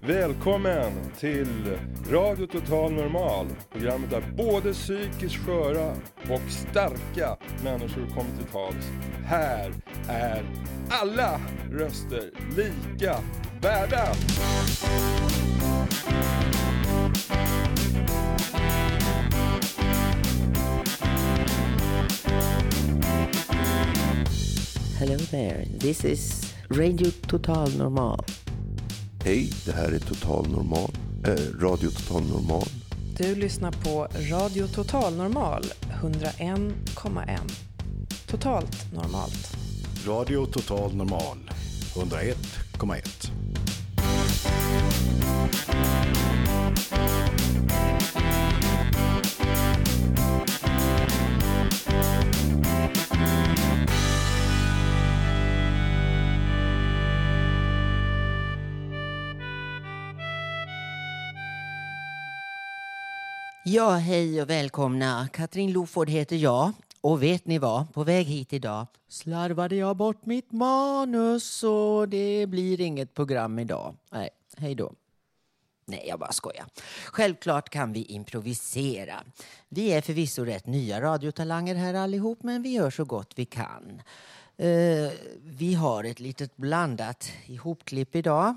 Välkommen till Radio Total Normal. Programmet där både psykiskt sköra och starka människor kommer till tals. Här är alla röster lika värda. Hello there, this is Radio Total Normal. Hej, det här är Radio Total Normal. Du lyssnar på Radio Total Normal 101,1. Totalt normalt. Radio Total Normal 101,1. Ja, hej och välkomna. Katrin Loford heter jag. Och vet ni vad? På väg hit idag slarvade jag bort mitt manus och det blir inget program idag. Nej, hej då. Nej, jag bara skojar. Självklart kan vi improvisera. Vi är förvisso rätt nya radiotalanger här allihop, men vi gör så gott vi kan. Vi har ett litet blandat ihopklipp idag.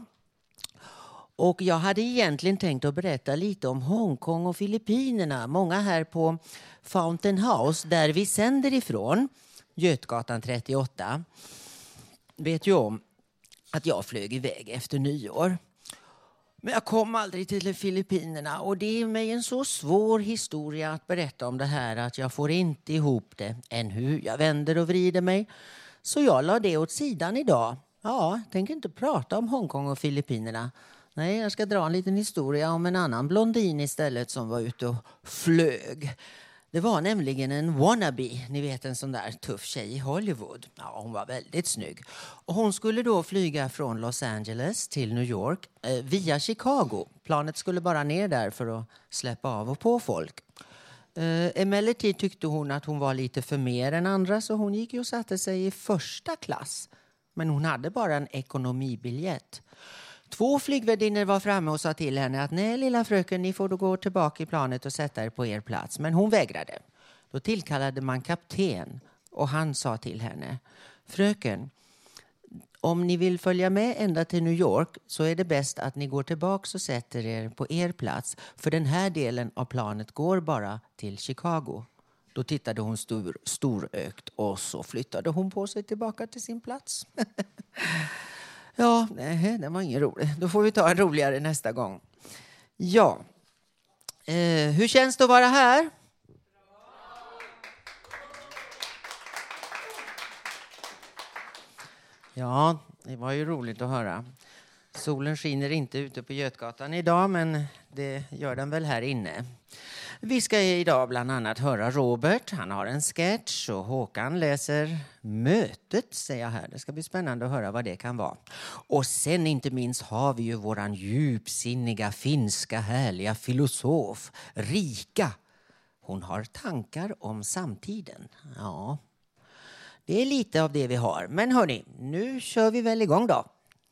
Och jag hade egentligen tänkt att berätta lite om Hongkong och Filippinerna. Många här på Fountain House, där vi sänder ifrån, Götgatan 38, vet ju om att jag flög iväg efter nyår. Men jag kom aldrig till Filippinerna och det är mig en så svår historia att berätta om det här att jag får inte ihop det än hur jag vänder och vrider mig. Så jag la det åt sidan idag. Ja, jag tänker inte prata om Hongkong och Filippinerna. Nej, jag ska dra en liten historia om en annan blondin istället som var ute och flög. Det var nämligen en wannabe, ni vet en sån där tuff tjej i Hollywood. Ja, hon var väldigt snygg. Och hon skulle då flyga från Los Angeles till New York via Chicago. Planet skulle bara ner där för att släppa av och på folk. Emellertid tyckte hon att hon var lite för mer än andra så hon gick ju och satte sig i första klass. Men hon hade bara en ekonomibiljett. 2 flygvärdinnor var framme och sa till henne att nej lilla fröken, ni får då gå tillbaka i planet och sätta er på er plats. Men hon vägrade. Då tillkallade man kapten och han sa till henne: fröken, om ni vill följa med ända till New York så är det bäst att ni går tillbaka och sätter er på er plats. För den här delen av planet går bara till Chicago. Då tittade hon storögt och så flyttade hon på sig tillbaka till sin plats. Ja, nej, det var ingen rolig. Då får vi ta en roligare nästa gång. Ja, hur känns det att vara här? Ja, det var ju roligt att höra. Solen skiner inte ute på Götgatan idag, men det gör den väl här inne. Vi ska idag bland annat höra Robert. Han har en sketch och Håkan läser mötet, säger jag här. Det ska bli spännande att höra vad det kan vara. Och sen inte minst har vi ju våran djupsinniga, finska, härliga filosof, Rika. Hon har tankar om samtiden. Ja, det är lite av det vi har. Men hörni, nu kör vi väl igång då.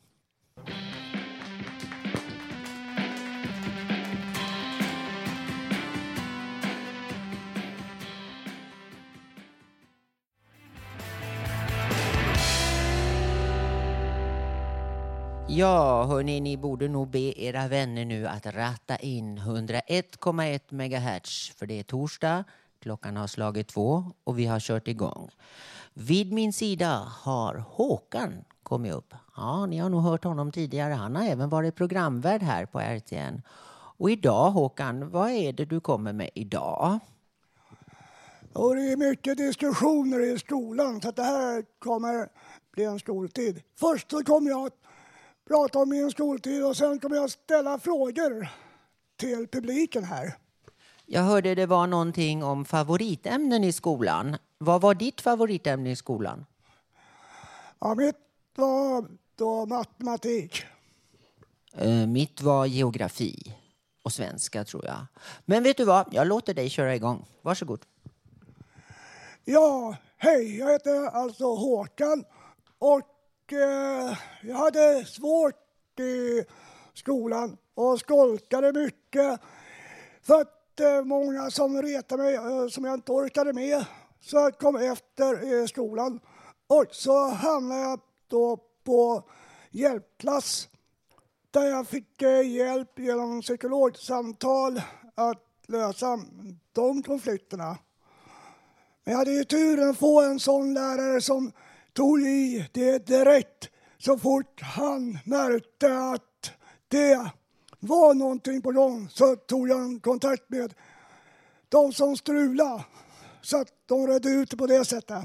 Ja, hörni, ni borde nog be era vänner nu att ratta in 101,1 MHz. För det är torsdag, klockan har slagit 2 och vi har kört igång. Vid min sida har Håkan kommit upp. Ja, ni har nog hört honom tidigare. Han har även varit programvärd här på RTN. Och idag, Håkan, vad är det du kommer med idag? Och det är mycket diskussioner i skolan så att det här kommer bli en skoltid. Först så kommer jag att prata om min skoltid och sen kommer jag ställa frågor till publiken här. Jag hörde det var någonting om favoritämnen i skolan. Vad var ditt favoritämne i skolan? Ja, mitt var då matematik. Mitt var geografi och svenska tror jag. Men vet du vad? Jag låter dig köra igång. Varsågod. Ja, hej. Jag heter alltså Håkan och jag hade svårt i skolan och skolkade mycket. För att många som retade mig, som jag inte orkade med, så jag kom efter i skolan. Och så hamnade jag då på hjälpklass där jag fick hjälp genom psykologsamtal att lösa de konflikterna. Men jag hade ju turen att få en sån lärare som tog i det direkt så fort han märkte att det var någonting på gång, så tog jag kontakt med de som strulade så att de redde ut det på det sättet.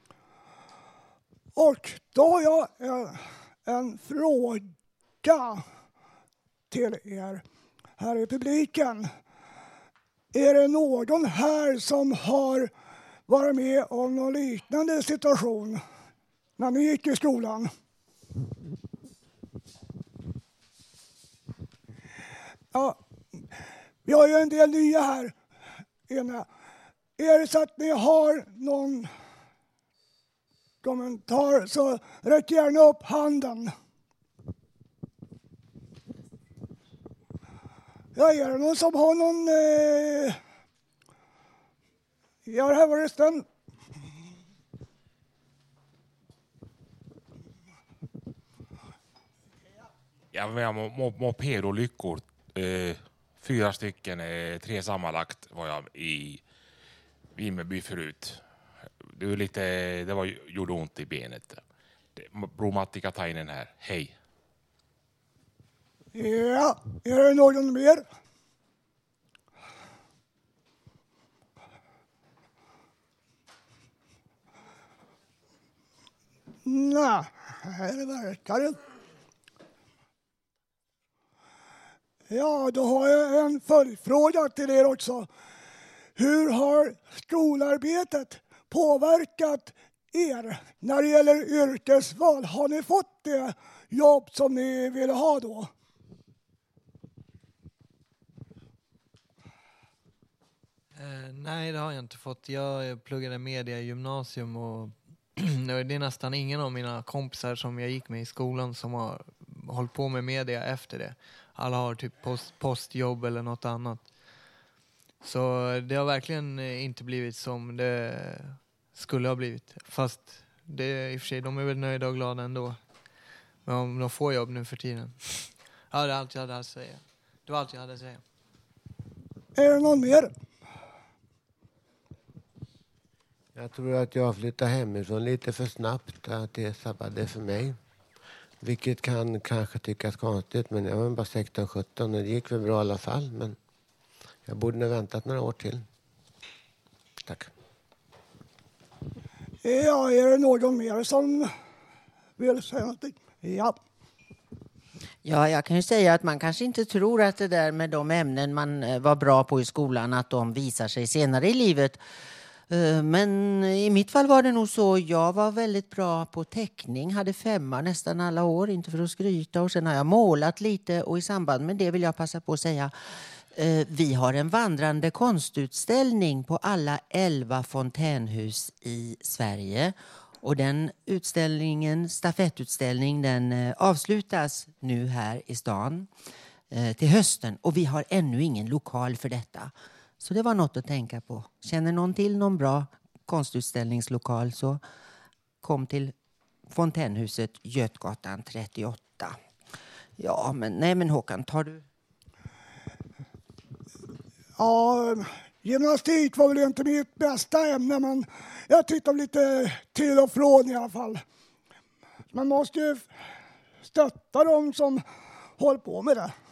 Och då har jag en fråga till er här i publiken. Är det någon här som har varit med om någon liknande situation när ni gick i skolan? Ja, vi har ju en del nya här inne. Är det så att ni har någon kommentar så räck gärna upp handen. Ja, är det någon som har någon... Ja, här var resten. Jag var med om mopedolyckor. 4 stycken, 3 sammanlagt var jag i Vimmerby förut. Det gjorde ont i benet. Bror Matti Katainen här. Hej. Ja, är det någon mer? Nej, det verkar det. Ja, då har jag en följdfråga till er också. Hur har skolarbetet påverkat er när det gäller yrkesval? Har ni fått det jobb som ni ville ha då? Nej, det har jag inte fått. Jag pluggade media i gymnasium och det är nästan ingen av mina kompisar som jag gick med i skolan som har hållit på med media efter det. Alla har typ postjobb eller något annat. Så det har verkligen inte blivit som det skulle ha blivit. Fast det i och för sig, de är väl nöjda och glada ändå. Men om de får jobb nu för tiden. Ja, det är allt jag hade att säga. Det var allt jag hade att säga. Är det någon mer? Jag tror att jag flyttade hemifrån lite för snabbt, att det sabbade för mig. Vilket kan kanske tyckas konstigt, men jag var bara 16-17 och det gick väl bra i alla fall. Men jag borde ha väntat några år till. Tack. Ja, är det någon mer som vill säga någonting? Ja. Ja, jag kan ju säga att man kanske inte tror att det där med de ämnen man var bra på i skolan, att de visar sig senare i livet. Men i mitt fall var det nog så. Jag var väldigt bra på teckning, hade 5 nästan alla år, inte för att skryta. Och sen har jag målat lite och i samband med det vill jag passa på att säga vi har en vandrande konstutställning på alla 11 fontänhus i Sverige. Och den utställningen, stafettutställning, den avslutas nu här i stan till hösten. Och vi har ännu ingen lokal för detta. Så det var något att tänka på. Känner någon till någon bra konstutställningslokal så kom till Fontänhuset Götgatan 38. Ja, men Håkan, tar du? Ja, gymnastik var väl inte mitt bästa ämne, men jag tittar lite till och från i alla fall. Man måste ju stötta dem som håller på med det.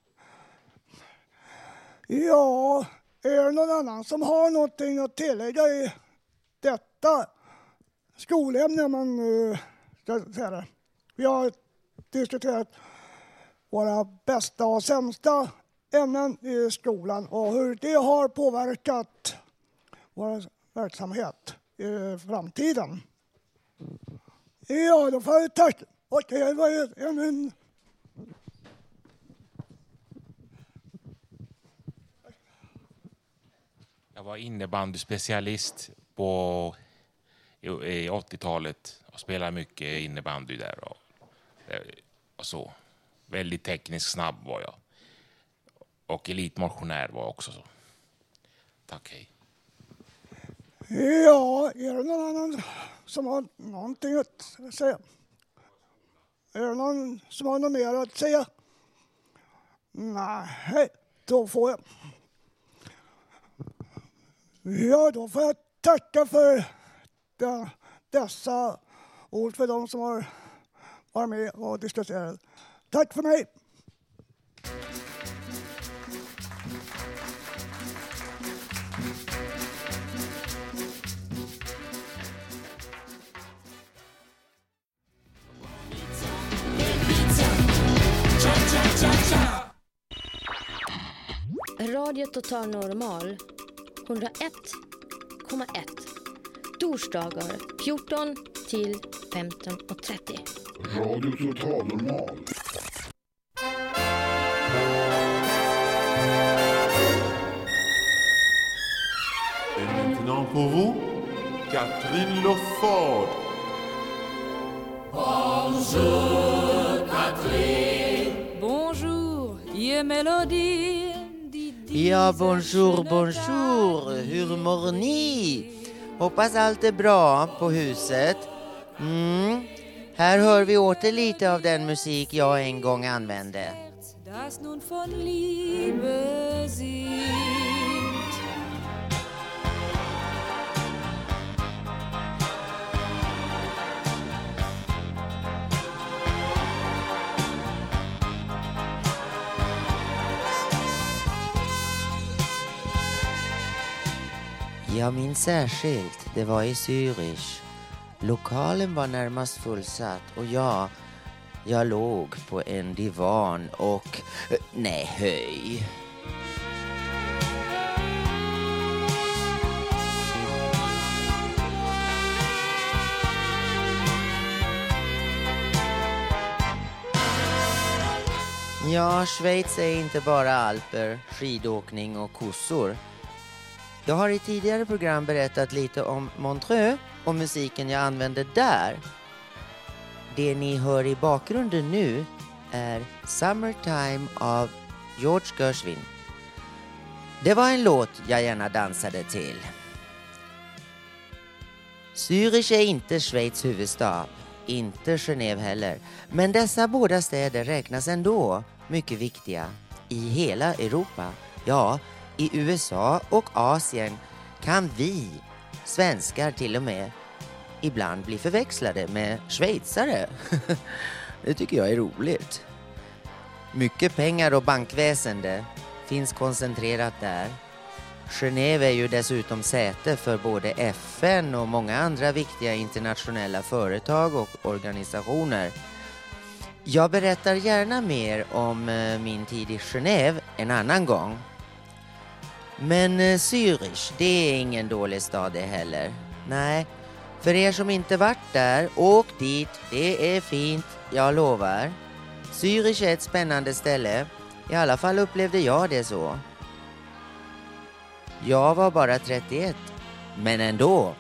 Ja, är det någon annan som har någonting att tillägga i detta skolämne man ska säga det? Vi har diskuterat våra bästa och sämsta ämnen i skolan och hur det har påverkat vår verksamhet i framtiden. Ja, då får jag tack. Okej, det var ju en... Jag var innebandyspecialist på i 80-talet och spelade mycket innebandy där och så. Väldigt tekniskt snabb var jag. Och elitmotionär var jag också så. Tack, hej. Ja, är det någon annan som har någonting att säga? Är det någon som har något mer att säga? Nej, då får jag. Ja, då får jag tacka för dessa ord för de som har varit med och diskuterat. Tack för mig! Radio Total Normal 101,1 torsdagar 14 till 15:30. Radio Total Normal. Et maintenant pour vous, Catherine Loford. Bonjour Catherine. Bonjour, je mélodie. Ja, bonjour, bonjour. Hur mår ni? Hoppas allt är bra på huset. Här hör vi åter lite av den musik jag en gång använde. Das nun von Liebe singt. Jag minns särskilt, det var i Zürich. Lokalen var närmast fullsatt och jag låg på en divan och... Nej, höj. Ja, Schweiz är inte bara alper, skidåkning och kossor. Jag har i tidigare program berättat lite om Montreux och musiken jag använde där. Det ni hör i bakgrunden nu är Summertime av George Gershwin. Det var en låt jag gärna dansade till. Zürich är inte Schweiz huvudstad, inte Genève heller. Men dessa båda städer räknas ändå mycket viktiga i hela Europa. Ja, i USA och Asien kan vi, svenskar till och med, ibland bli förväxlade med schweizare. Det tycker jag är roligt. Mycket pengar och bankväsende finns koncentrerat där. Genève är ju dessutom säte för både FN och många andra viktiga internationella företag och organisationer. Jag berättar gärna mer om min tid i Genève en annan gång. Men Zürich, det är ingen dålig stad det heller. Nej, för er som inte varit där, åk dit. Det är fint, jag lovar. Zürich är ett spännande ställe. I alla fall upplevde jag det så. Jag var bara 31, men ändå.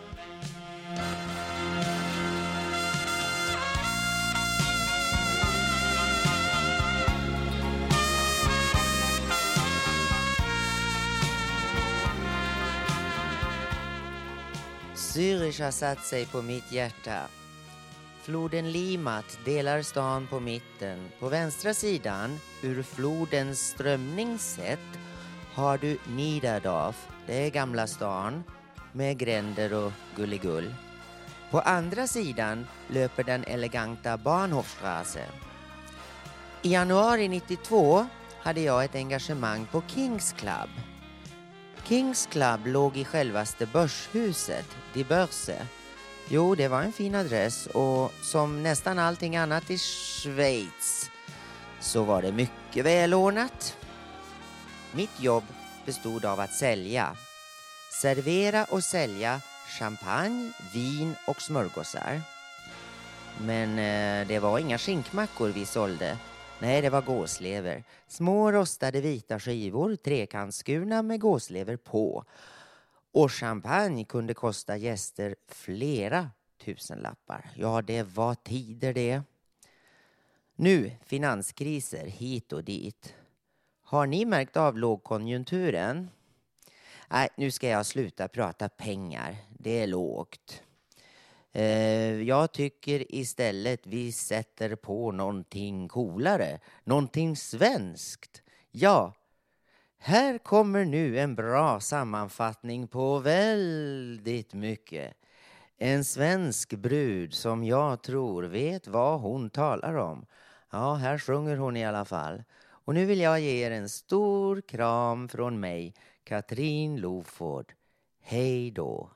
Zürich har satt sig på mitt hjärta. Floden Limat delar stan på mitten. På vänstra sidan, ur flodens strömning sett, har du Niederdorf, det är gamla stan, med gränder och gulligull. På andra sidan löper den eleganta Bahnhofstraße. I januari 92 hade jag ett engagemang på Kings Club. Kings Club låg i självaste börshuset, Die Börse. Jo, det var en fin adress och som nästan allting annat i Schweiz så var det mycket välordnat. Mitt jobb bestod av att sälja. Servera och sälja champagne, vin och smörgåsar. Men det var inga skinkmackor vi sålde. Nej, det var gåslever. Små rostade vita skivor, trekantsskurna med gåslever på. Och champagne kunde kosta gäster flera tusenlappar. Ja, det var tider det. Nu, finanskriser hit och dit. Har ni märkt av lågkonjunkturen? Nej, nu ska jag sluta prata pengar. Det är lågt. Jag tycker istället vi sätter på någonting coolare. Någonting svenskt. Ja, här kommer nu en bra sammanfattning på väldigt mycket. En svensk brud som jag tror vet vad hon talar om. Ja, här sjunger hon i alla fall. Och nu vill jag ge er en stor kram från mig, Katrin Loford. Hej då!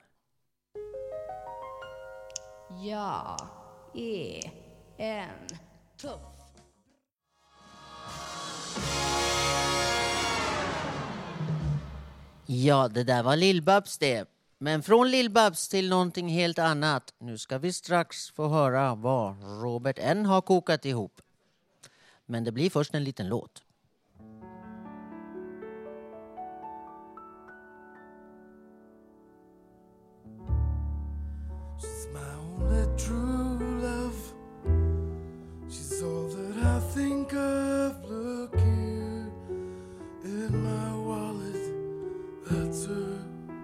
Jag är en tuff. Ja, det där var Lill-Babs det. Men från Lill-Babs till någonting helt annat. Nu ska vi strax få höra vad Robert N har kokat ihop. Men det blir först en liten låt. She's my only true love. She's all that I think of. Look here in my wallet. That's her.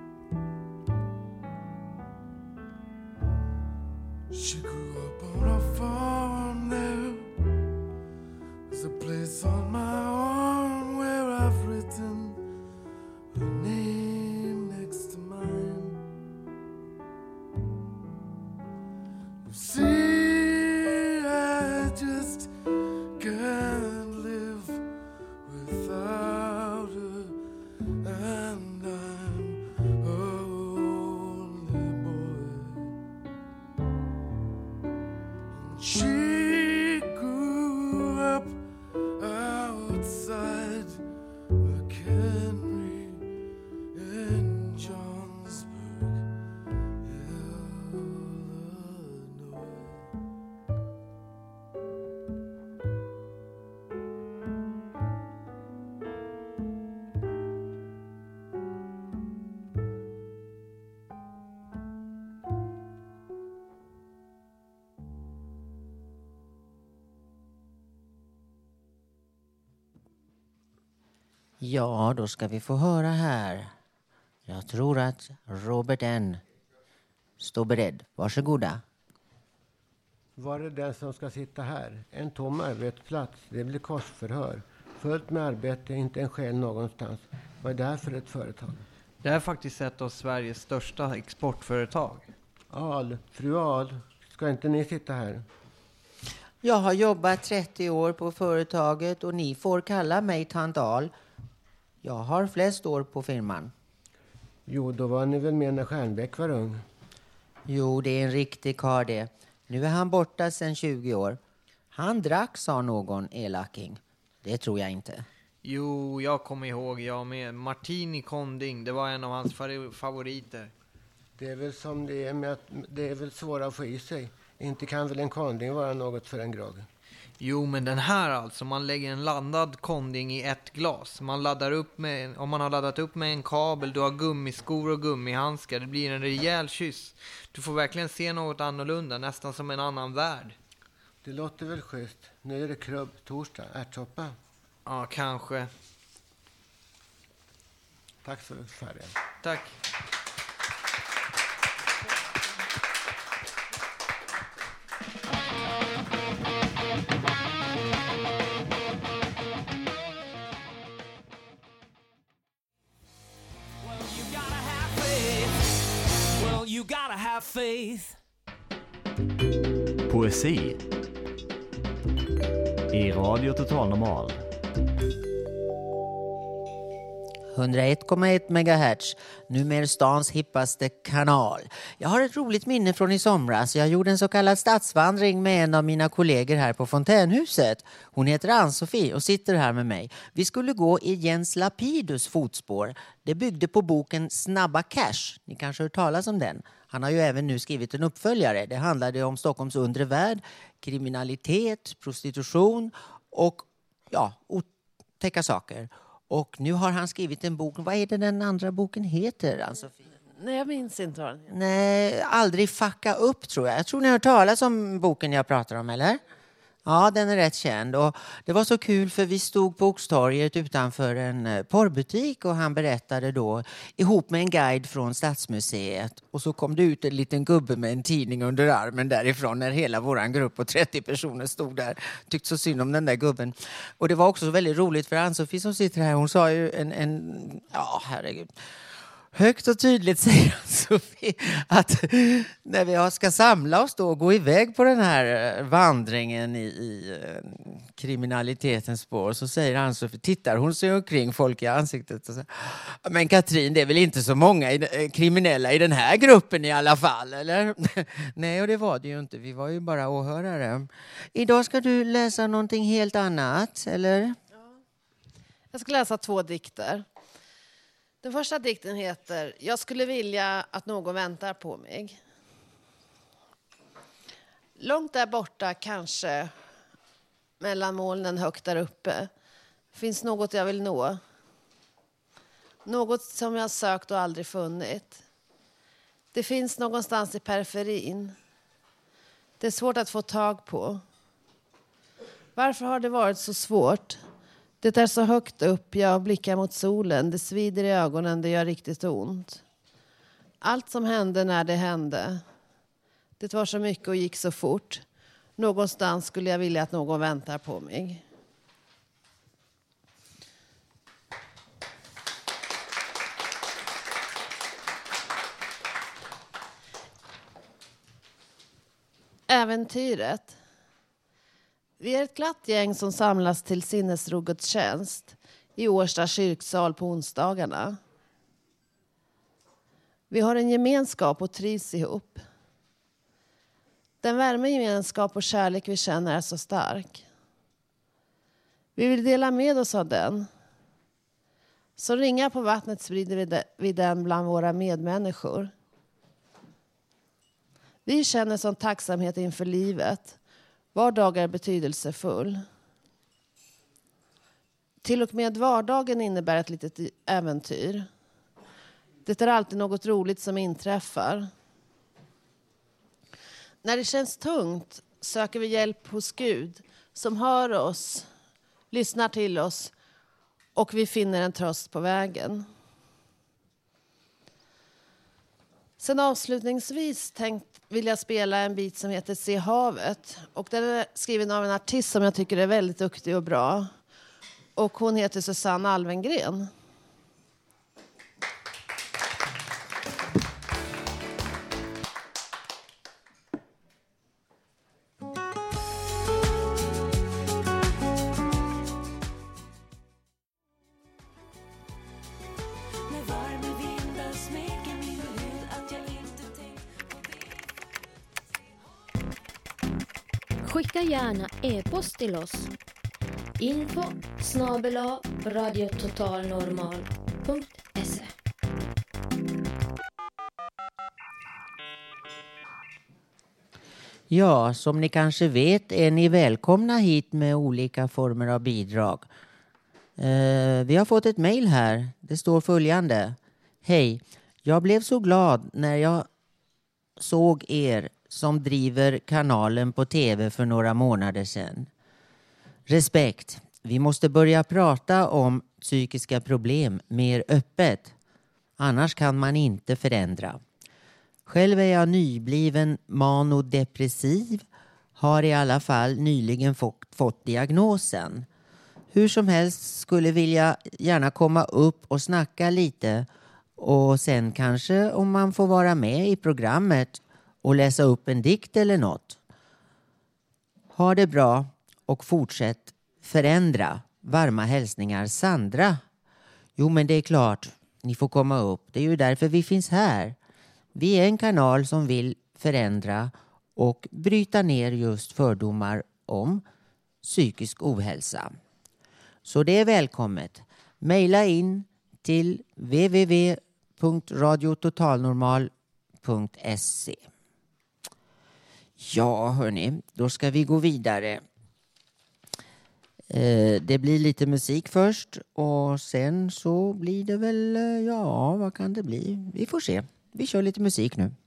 She grew up on a farm there. There's a place on my arm where I've written her name next to mine. You see, I just can't live without her, and I'm only boy. She grew up outside McHenry in Johnsburg, Illinois. Ja, då ska vi få höra här. Jag tror att Robert N står beredd. Varsågoda. Var är den som ska sitta här? En tom arbetsplats. Det blir korsförhör. Fullt med arbete, inte en själ någonstans. Vad är det här för ett företag? Det är faktiskt ett av Sveriges största exportföretag. Fru Ahl, ska inte ni sitta här? Jag har jobbat 30 år på företaget och ni får kalla mig tant Ahl. Jag har flest år på firman. Jo, då var ni väl med när Stjernbäck var ung? Jo, det är en riktig karl det. Nu är han borta sedan 20 år. Han drack, sa någon elaking. Det tror jag inte. Jo, jag kommer ihåg, jag med. Martini Konding, det var en av hans favoriter. Det är väl som det är med att det är väl svåra att få i sig. Inte kan väl en Konding vara något för en grogg? Jo, men den här alltså, man lägger en laddad Konding i ett glas. Man laddar upp med, om man har laddat upp med en kabel, du har gummiskor och gummihandskar. Det blir en rejäl kyss. Du får verkligen se något annorlunda, nästan som en annan värld. Det låter väl schysst. Nu är det krubb, torsdag, ärtsoppa. Ja, kanske. Tack för färgen. Tack. Poesi i Radio Total Normal. 101,1 MHz, numera stans hippaste kanal. Jag har ett roligt minne från i somras. Jag gjorde en så kallad stadsvandring med en av mina kollegor här på Fontänhuset. Hon heter Ann-Sofie och sitter här med mig. Vi skulle gå i Jens Lapidus fotspår. Det byggde på boken Snabba Cash. Ni kanske har hört talas om den. Han har ju även nu skrivit en uppföljare. Det handlade om Stockholms undre värld, kriminalitet, prostitution och otäcka saker. Och nu har han skrivit en bok. Vad är det den andra boken heter, Ann-Sofie? Nej, jag minns inte vad den heter. Nej, Aldrig fucka upp tror jag. Jag tror ni har hört talas om boken jag pratar om, eller? Ja, den är rätt känd. Och det var så kul för vi stod på Oxtorget utanför en porrbutik och han berättade då ihop med en guide från Stadsmuseet. Och så kom det ut en liten gubbe med en tidning under armen därifrån när hela våran grupp på 30 personer stod där. Tyckte så synd om den där gubben. Och det var också väldigt roligt för Ann-Sofie som sitter här. Hon sa ju ja herregud. Högt och tydligt säger Sofie att när vi ska samla oss då och gå iväg på den här vandringen i kriminalitetens spår så säger Ann-Sofie, tittar hon sig omkring folk i ansiktet och säger, men Katrin, det är väl inte så många kriminella i den här gruppen i alla fall, eller? Nej, och det var det ju inte. Vi var ju bara åhörare. Idag ska du läsa någonting helt annat, eller? Jag ska läsa 2 dikter. Den första dikten heter Jag skulle vilja att någon väntar på mig. Långt där borta, kanske mellan molnen högt där uppe, finns något jag vill nå. Något som jag sökt och aldrig funnit. Det finns någonstans i periferin. Det är svårt att få tag på. Varför har det varit så svårt? Det är så högt upp, jag blickar mot solen. Det svider i ögonen, det gör riktigt ont. Allt som hände när det hände. Det var så mycket och gick så fort. Någonstans skulle jag vilja att någon väntar på mig. Äventyret. Vi är ett glatt gäng som samlas till sinnesrogudstjänst i Årsta kyrksal på onsdagarna. Vi har en gemenskap och trivs ihop. Den värme, gemenskap och kärlek vi känner är så stark. Vi vill dela med oss av den. Så ringar på vattnet sprider vi den bland våra medmänniskor. Vi känner sån tacksamhet inför livet. Var dag är betydelsefull. Till och med vardagen innebär ett litet äventyr. Det är alltid något roligt som inträffar. När det känns tungt söker vi hjälp hos Gud som hör oss, lyssnar till oss och vi finner en tröst på vägen. Sen avslutningsvis vill jag spela en bit som heter Se havet. Och den är skriven av en artist som jag tycker är väldigt duktig och bra. Och hon heter Susanne Alvengren. Skicka gärna e-post till oss. info@radiototalnormal.se. Ja, som ni kanske vet är ni välkomna hit med olika former av bidrag. Vi har fått ett mejl här. Det står följande. Hej, jag blev så glad när jag såg er som driver kanalen på tv för några månader sedan. Respekt. Vi måste börja prata om psykiska problem mer öppet. Annars kan man inte förändra. Själv är jag nybliven manodepressiv. Har i alla fall nyligen fått diagnosen. Hur som helst skulle vilja gärna komma upp och snacka lite. Och sen kanske om man får vara med i programmet och läsa upp en dikt eller något. Ha det bra och fortsätt förändra. Varma hälsningar Sandra. Jo, men det är klart, ni får komma upp. Det är ju därför vi finns här. Vi är en kanal som vill förändra och bryta ner just fördomar om psykisk ohälsa. Så det är välkommet. Maila in till www.radiototalnormal.se. Ja, hörni, då ska vi gå vidare. Det blir lite musik först och sen så blir det väl, ja, vad kan det bli? Vi får se. Vi kör lite musik nu.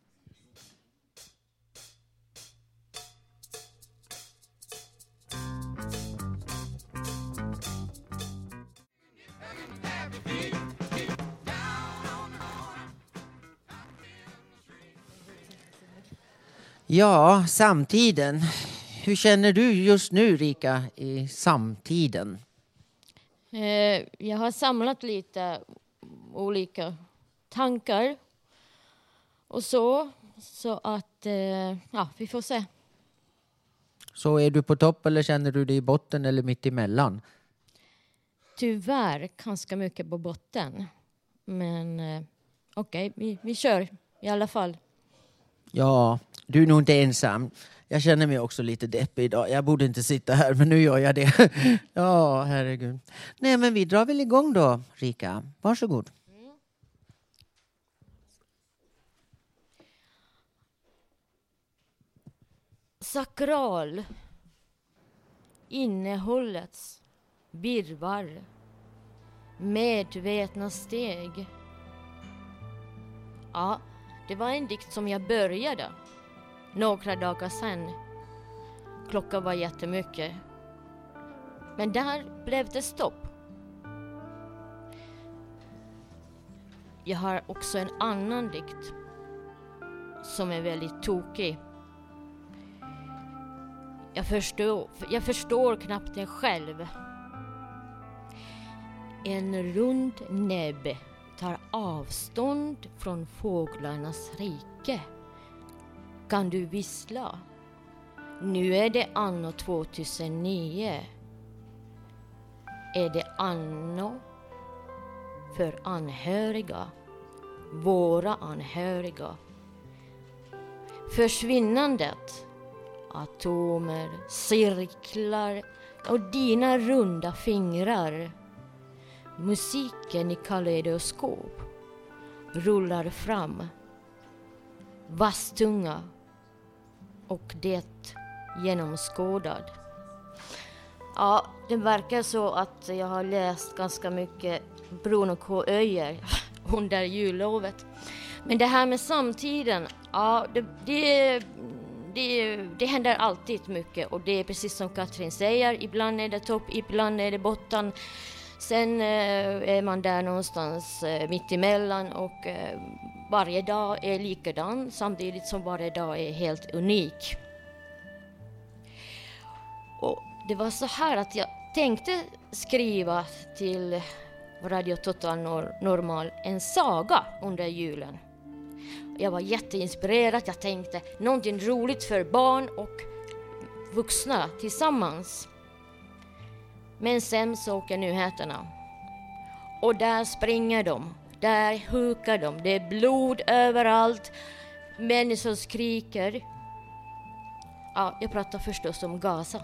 Ja, samtiden. Hur känner du just nu, Rika, i samtiden? Jag har samlat lite olika tankar och så att vi får se. Så är du på topp eller känner du dig i botten eller mitt emellan? Tyvärr ganska mycket på botten. Men okej, vi kör i alla fall. Ja, du är nog inte ensam. Jag känner mig också lite deppig idag. Jag borde inte sitta här, men nu gör jag det. Ja, herregud. Nej, men vi drar väl igång då, Rika. Varsågod. Sakral. Innehållets virvar. Medvetna steg. Ja, det var en dikt som jag började några dagar sedan. Klockan var jättemycket. Men där blev det stopp. Jag har också en annan dikt som är väldigt tokig. Jag förstår knappt det själv. En rund näbb tar avstånd från fåglarnas rike. Kan du vissla? Nu är det anno 2009. Är det anno för anhöriga? Våra anhöriga. Försvinnandet. Atomer, cirklar och dina runda fingrar. Musiken i kaleidoskop rullar fram. Vasstunga och det genomskådad. Ja, det verkar så att jag har läst ganska mycket Bruno K. Öijer under jullovet. Men det här med samtiden, ja, det händer alltid mycket. Och det är precis som Katrin säger, ibland är det topp, ibland är det botten. Sen är man där någonstans mitt emellan och varje dag är likadan samtidigt som varje dag är helt unik. Och det var så här att jag tänkte skriva till Radio Total Normal en saga under julen. Jag var jätteinspirerad, jag tänkte någonting roligt för barn och vuxna tillsammans. Men sen så åker nyheterna. Och där springer de. Där hukar de. Det är blod överallt. Människor skriker. Ja, jag pratar förstås om Gaza.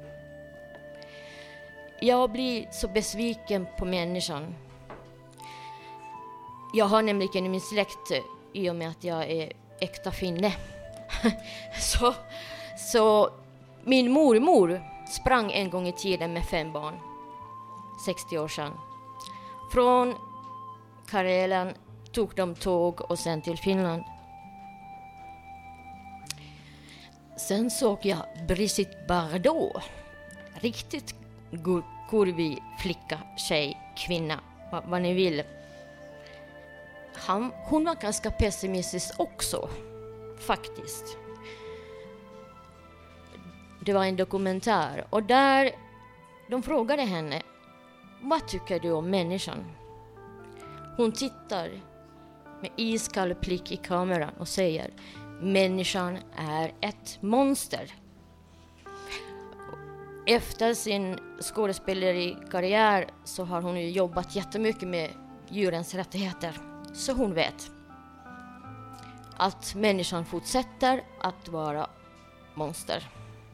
Jag blir så besviken på människan. Jag har nämligen i min släkt, i och med att jag är äkta finne. så min mormor sprang en gång i tiden med 5 barn. 60 år sedan. Från Karelen tog de tåg och sen till Finland. Sen såg jag Brigitte Bardot. Riktigt kurvig flicka, tjej, kvinna, vad ni vill. Hon var ganska pessimistisk också, faktiskt. Det var en dokumentär och där de frågade henne: vad tycker du om människan? Hon tittar med iskall blick i kameran och säger: människan är ett monster. Efter sin skådespelerikarriär så har hon ju jobbat jättemycket med djurens rättigheter. Så hon vet att människan fortsätter att vara monster.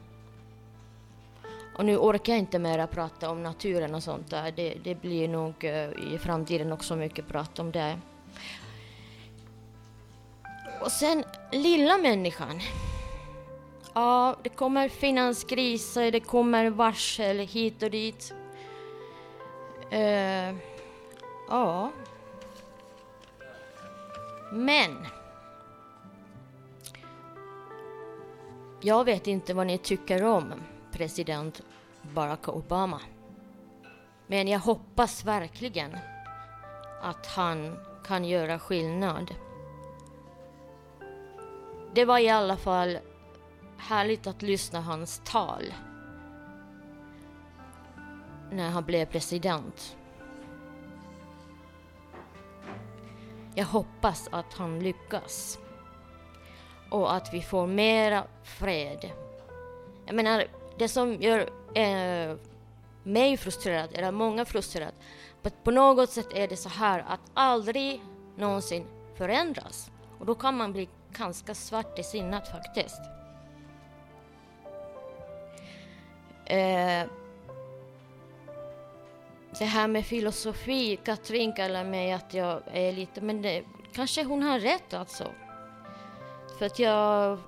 Och nu orkar jag inte mer prata om naturen och sånt där. Det blir nog i framtiden också mycket prat om det. Och sen lilla människan. Ja, det kommer finanskriser, det kommer varsel hit och dit. Ja. Men jag vet inte vad ni tycker om president Barack Obama. Men jag hoppas verkligen att han kan göra skillnad. Det var i alla fall härligt att lyssna hans tal när han blev president. Jag hoppas att han lyckas och att vi får mera fred. Jag menar, det som gör mig frustrerad, eller många frustrerad, på något sätt är det så här att aldrig någonsin förändras. Och då kan man bli ganska svart i sinnet faktiskt. Det här med filosofi, Katrin kallar mig att jag är lite, men det, kanske hon har rätt alltså. För att jag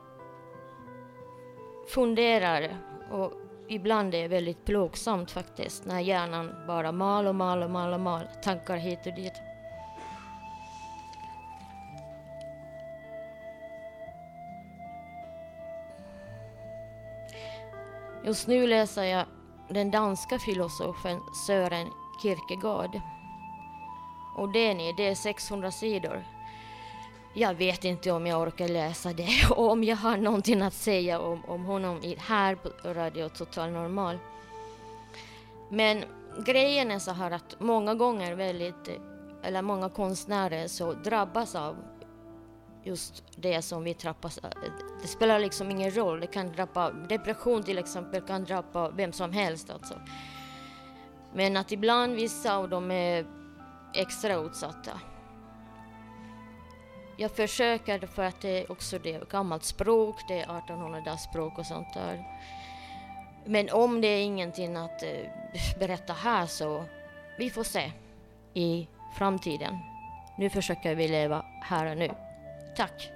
funderar, och ibland är det väldigt plågsamt faktiskt när hjärnan bara mal, tankar hit och dit. Just nu läser jag den danska filosofen Søren Kierkegaard. Och det är 600 sidor. Jag vet inte om jag orkar läsa det och om jag har någonting att säga om honom här på Radio Total Normal. Men grejen är så här att många gånger många konstnärer så drabbas av just det som vi trappas. Det spelar liksom ingen roll. Det kan drabba depression till exempel, kan drabba vem som helst alltså. Men att ibland vissa av dem är extra utsatta. Jag försöker, för att det är också det gammalt språk, det är 1800-talsspråk och sånt där. Men om det är ingenting att berätta här, så vi får se i framtiden. Nu försöker vi leva här och nu. Tack.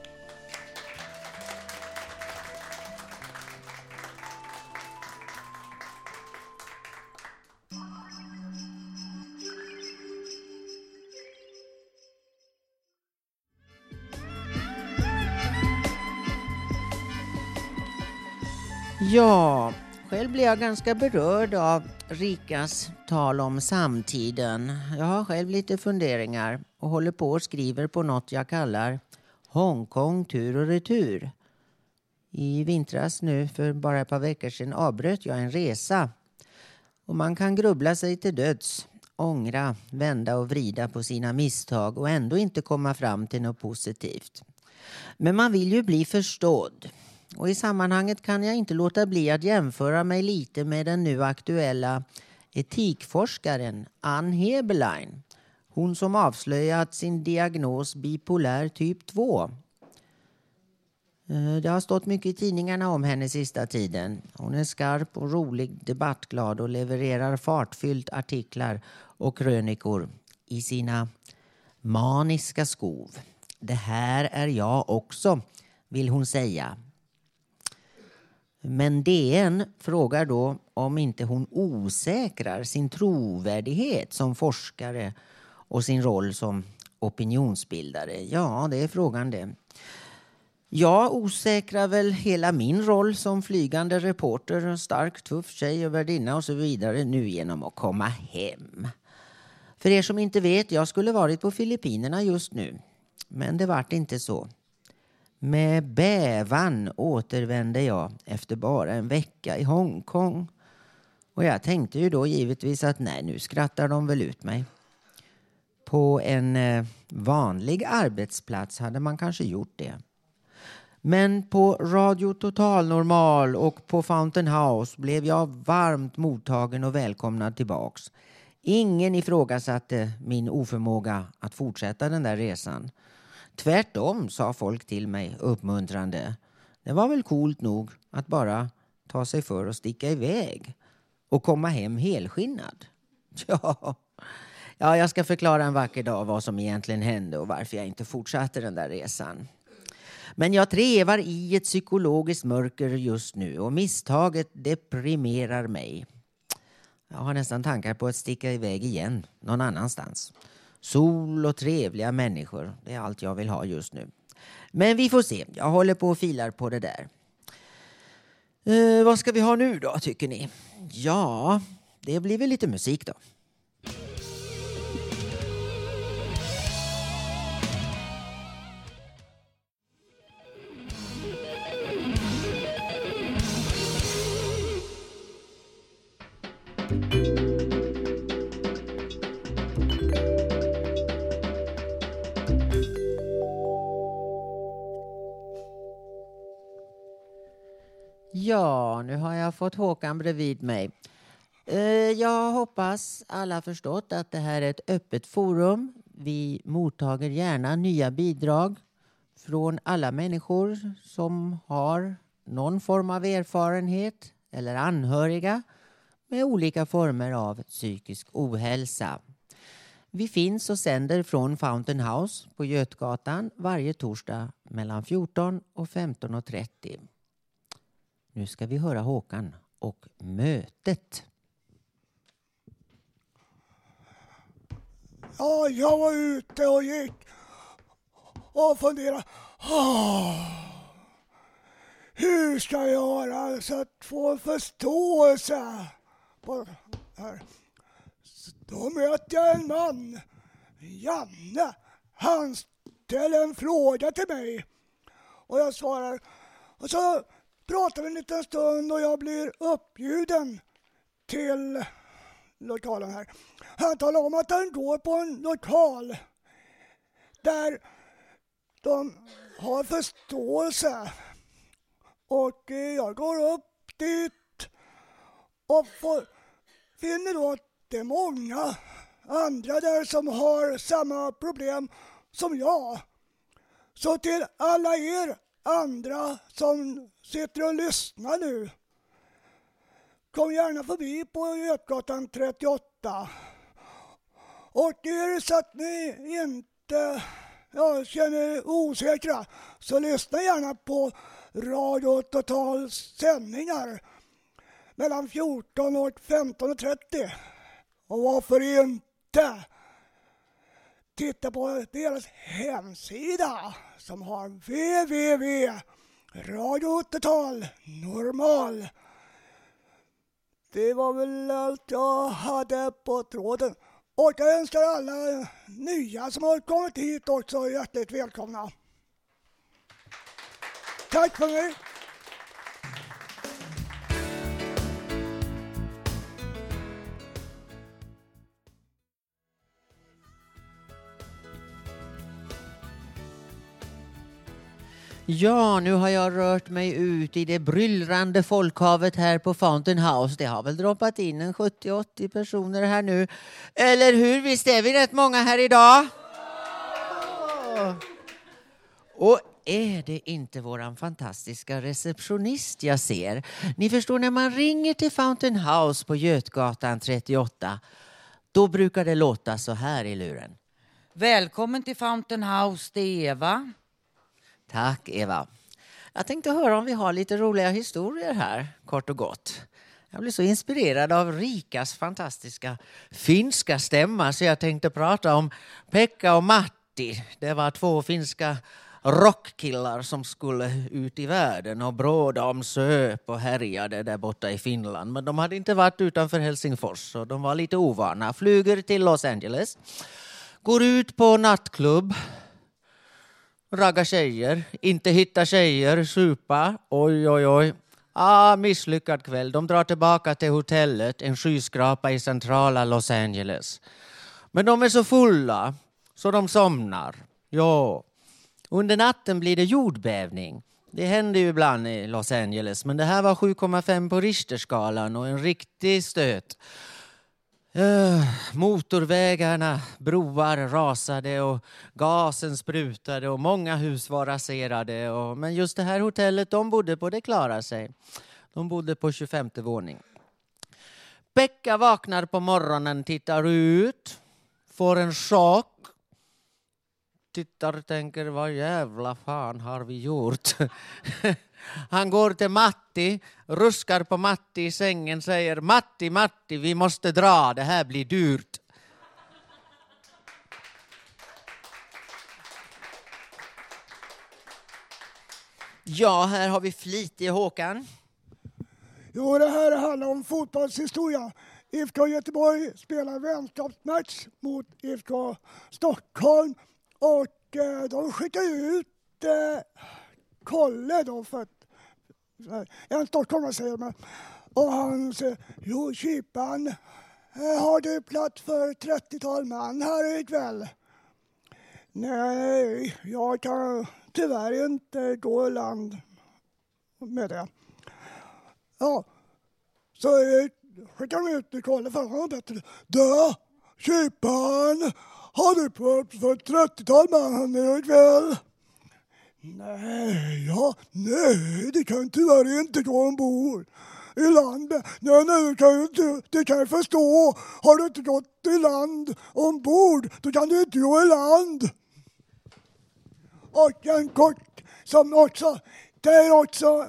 Ja, själv blir jag ganska berörd av Rikas tal om samtiden. Jag har själv lite funderingar och håller på och skriver på något jag kallar Hongkong tur och retur. I vintras nu, för bara ett par veckor sedan, avbröt jag en resa. Och man kan grubbla sig till döds, ångra, vända och vrida på sina misstag och ändå inte komma fram till något positivt. Men man vill ju bli förstådd. Och i sammanhanget kan jag inte låta bli att jämföra mig lite med den nu aktuella etikforskaren Ann Heberlein. Hon som avslöjat sin diagnos bipolär typ 2. Det har stått mycket i tidningarna om henne sista tiden. Hon är skarp och rolig, debattglad och levererar fartfyllt artiklar och krönikor i sina maniska skov. Det här är jag också, vill hon säga. Men DN frågar då om inte hon osäkrar sin trovärdighet som forskare och sin roll som opinionsbildare. Ja, det är frågan det. Jag osäkrar väl hela min roll som flygande reporter, stark, tuff tjej och värdinna och så vidare nu genom att komma hem. För er som inte vet, jag skulle varit på Filippinerna just nu. Men det vart inte så. Med bävan återvände jag efter bara en vecka i Hongkong. Och jag tänkte ju då givetvis att nej, nu skrattar de väl ut mig. På en vanlig arbetsplats hade man kanske gjort det. Men på Radio Total Normal och på Fountain House blev jag varmt mottagen och välkomnad tillbaks. Ingen ifrågasatte min oförmåga att fortsätta den där resan. Tvärtom, sa folk till mig uppmuntrande. Det var väl coolt nog att bara ta sig för och sticka iväg och komma hem helskinnad. Ja, jag ska förklara en vacker dag vad som egentligen hände och varför jag inte fortsatte den där resan. Men jag trevar i ett psykologiskt mörker just nu och misstaget deprimerar mig. Jag har nästan tankar på att sticka iväg igen någon annanstans. Sol och trevliga människor, det är allt jag vill ha just nu. Men vi får se, jag håller på och filar på det där. Vad ska vi ha nu då, tycker ni? Ja, det blir väl lite musik då. Ja, nu har jag fått Håkan bredvid mig. Jag hoppas alla förstått att det här är ett öppet forum. Vi mottager gärna nya bidrag från alla människor som har någon form av erfarenhet eller anhöriga med olika former av psykisk ohälsa. Vi finns och sänder från Fountain House på Götgatan varje torsdag mellan 14 och 15.30. Nu ska vi höra Håkan och mötet. Ja, jag var ute och gick och funderade. Hur ska jag göra så att få förståelse på här? Så då möter jag en man, Janne. Han ställer en fråga till mig och jag svarar. Och så pratar vi en liten stund och jag blir uppbjuden till lokalen här. Han talar om att han går på en lokal där de har förståelse. Och jag går upp dit och finner då att det är många andra där som har samma problem som jag. Så till alla er andra som sitter och lyssnar nu, kom gärna förbi på Götgatan 38. Och är det så att ni inte känner er osäkra, så lyssna gärna på Radio Totals sändningar mellan 14 och 15.30. Och varför inte titta på deras hemsida som har www.radiototalnormal. Det var väl allt jag hade på tråden. Och jag önskar alla nya som har kommit hit också hjärtligt välkomna. Tack för mig. Ja, nu har jag rört mig ut i det bryllrande folkhavet här på Fountain House. Det har väl droppat in en 70-80 personer här nu. Eller hur? Visst är vi rätt många här idag? Och är det inte våran fantastiska receptionist jag ser? Ni förstår, när man ringer till Fountain House på Götgatan 38, då brukar det låta så här i luren. Välkommen till Fountain House, det är Eva. Tack Eva. Jag tänkte höra om vi har lite roliga historier här, kort och gott. Jag blev så inspirerad av Rikas fantastiska finska stämma så jag tänkte prata om Pekka och Matti. Det var två finska rockkillar som skulle ut i världen och bråda om söp och härjade där borta i Finland. Men de hade inte varit utanför Helsingfors så de var lite ovana. Flyger till Los Angeles, går ut på nattklubb, ragga tjejer, inte hitta tjejer, supa, oj. Misslyckad kväll. De drar tillbaka till hotellet, en skyskrapa i centrala Los Angeles. Men de är så fulla så de somnar. Ja. Under natten blir det jordbävning. Det händer ju ibland i Los Angeles, men det här var 7,5 på Richterskalan och en riktig stöt. Motorvägarna, broar rasade och gasen sprutade och många hus var raserade. Men just det här hotellet de bodde på, det klarar sig. De bodde på 25:e våning. Pekka vaknar på morgonen, tittar ut, får en chock. Tittar och tänker, vad jävla fan har vi gjort? Han går till Matti, ruskar på Matti i sängen, säger Matti, vi måste dra, det här blir dyrt. Ja, här har vi flitig Håkan. Jo, det här handlar om fotbollshistoria. IFK Göteborg spelar vänskapsmatch mot IFK Stockholm och de skickar ut Kolle då för att en stockholmare säger man. Och han säger, jo Kypan, har du plats för 30-tal man här ikväll? Nej, jag kan tyvärr inte gå i land med det. Ja, så skickar de ut i kolla för honom bättre. Du, Kypan, har du plats för 30-tal man här ikväll? Nej, det kan tyvärr inte gå ombord i land. Nej, det kan jag förstå. Har du inte gått i land ombord, då kan du inte gå i land. Och en kort som också, det är också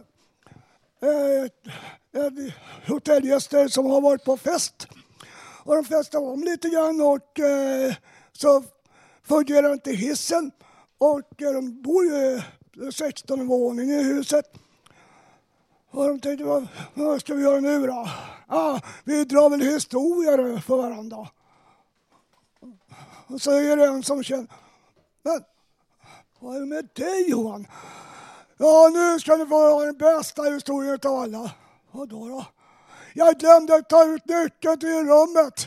hotellgäster som har varit på fest. Och de festar om lite grann och så fungerar inte hissen. Och de bor ju 16 våningen i huset. Och de tänkte, vad ska vi göra nu då? Vi drar väl historier för varandra. Och så är det en som känner, men vad är det med dig Johan? Ja, nu ska ni få ha den bästa historien av alla. Vad då? Jag glömde att ta ut nyckeln till rummet.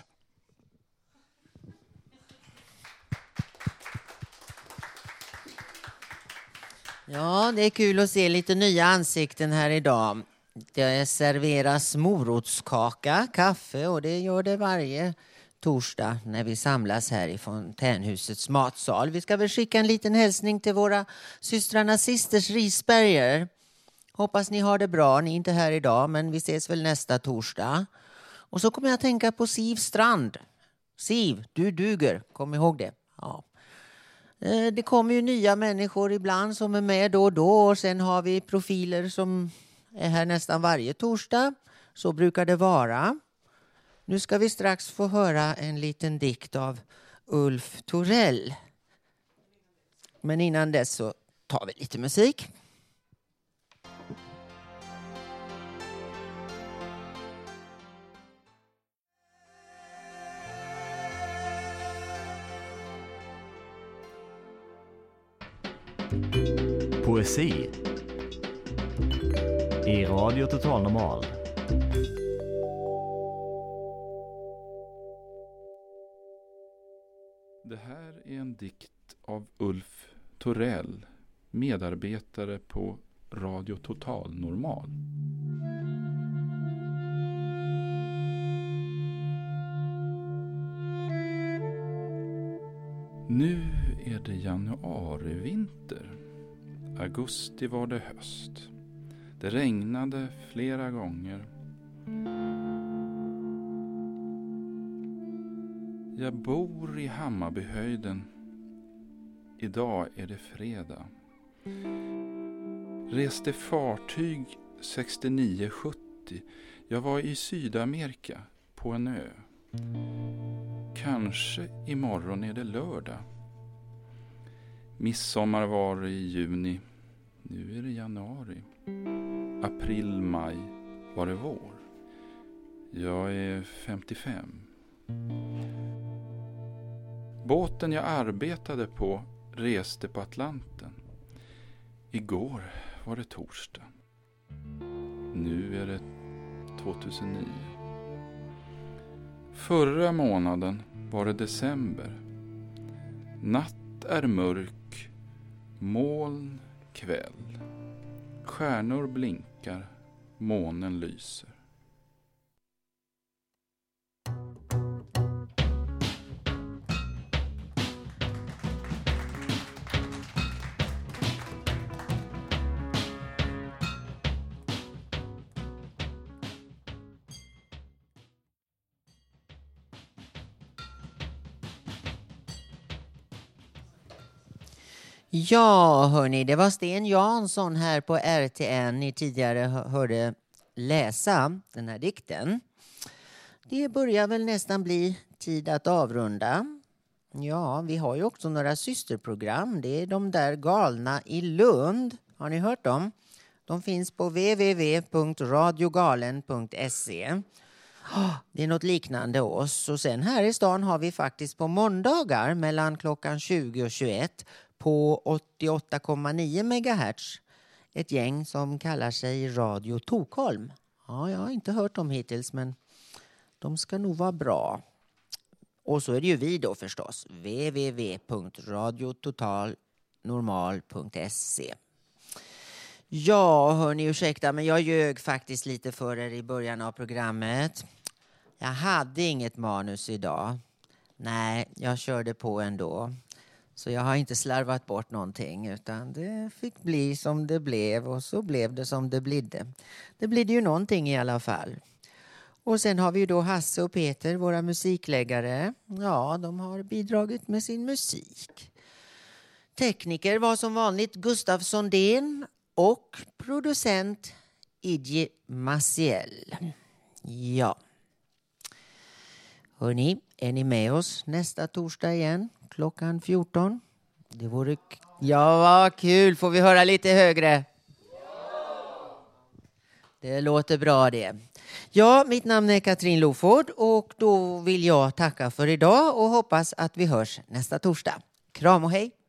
Ja, det är kul att se lite nya ansikten här idag. Det serveras morotskaka, kaffe och det gör det varje torsdag när vi samlas här i Fontänhusets matsal. Vi ska väl skicka en liten hälsning till våra systrarna Sisters Risberger. Hoppas ni har det bra. Ni är inte här idag, men vi ses väl nästa torsdag. Och så kommer jag att tänka på Siv Strand. Siv, du duger. Kom ihåg det. Ja. Det kommer ju nya människor ibland som är med då och då. Och sen har vi profiler som är här nästan varje torsdag. Så brukar det vara. Nu ska vi strax få höra en liten dikt av Ulf Torell. Men innan dess så tar vi lite musik. Poesi i Radio Total Normal. Det här är en dikt av Ulf Torell, medarbetare på Radio Total Normal. Nu är det januari-vinter. Augusti var det höst. Det regnade flera gånger. Jag bor i Hammarbyhöjden. Idag är det fredag. Reste fartyg 69-70. Jag var i Sydamerika på en ö. Kanske imorgon är det lördag. Midsommar var i juni. Nu är det januari. April, maj var det vår. Jag är 55. Båten jag arbetade på reste på Atlanten. Igår var det torsdag. Nu är det 2009. Förra månaden var det december. Natt är mörk, moln, kväll. Stjärnor blinkar, månen lyser. Ja, hörni, det var Sten Jansson här på RTN ni tidigare hörde läsa den här dikten. Det börjar väl nästan bli tid att avrunda. Ja, vi har ju också några systerprogram. Det är de där galna i Lund. Har ni hört dem? De finns på www.radiogalen.se. Det är något liknande oss. Och sen här i stan har vi faktiskt på måndagar mellan klockan 20 och 21 på 88,9 MHz ett gäng som kallar sig Radio Tokholm. Ja, jag har inte hört dem hittills, men de ska nog vara bra. Och så är det ju vi då förstås. www.radiototalnormal.se. Ja, hörni, ursäkta, men jag ljög faktiskt lite för er i början av programmet. Jag hade inget manus idag. Nej, jag körde på ändå. Så jag har inte slarvat bort någonting, utan det fick bli som det blev, och så blev det som det blidde. Det blir ju någonting i alla fall. Och sen har vi ju då Hasse och Peter, våra musikläggare. Ja, de har bidragit med sin musik. Tekniker var som vanligt Gustav Sondén och producent Idje Maciel. Ja. Hörrni, är ni med oss nästa torsdag igen klockan 14? Det vore... Ja, vad kul. Får vi höra lite högre? Det låter bra det. Ja, mitt namn är Katrin Loford och då vill jag tacka för idag och hoppas att vi hörs nästa torsdag. Kram och hej!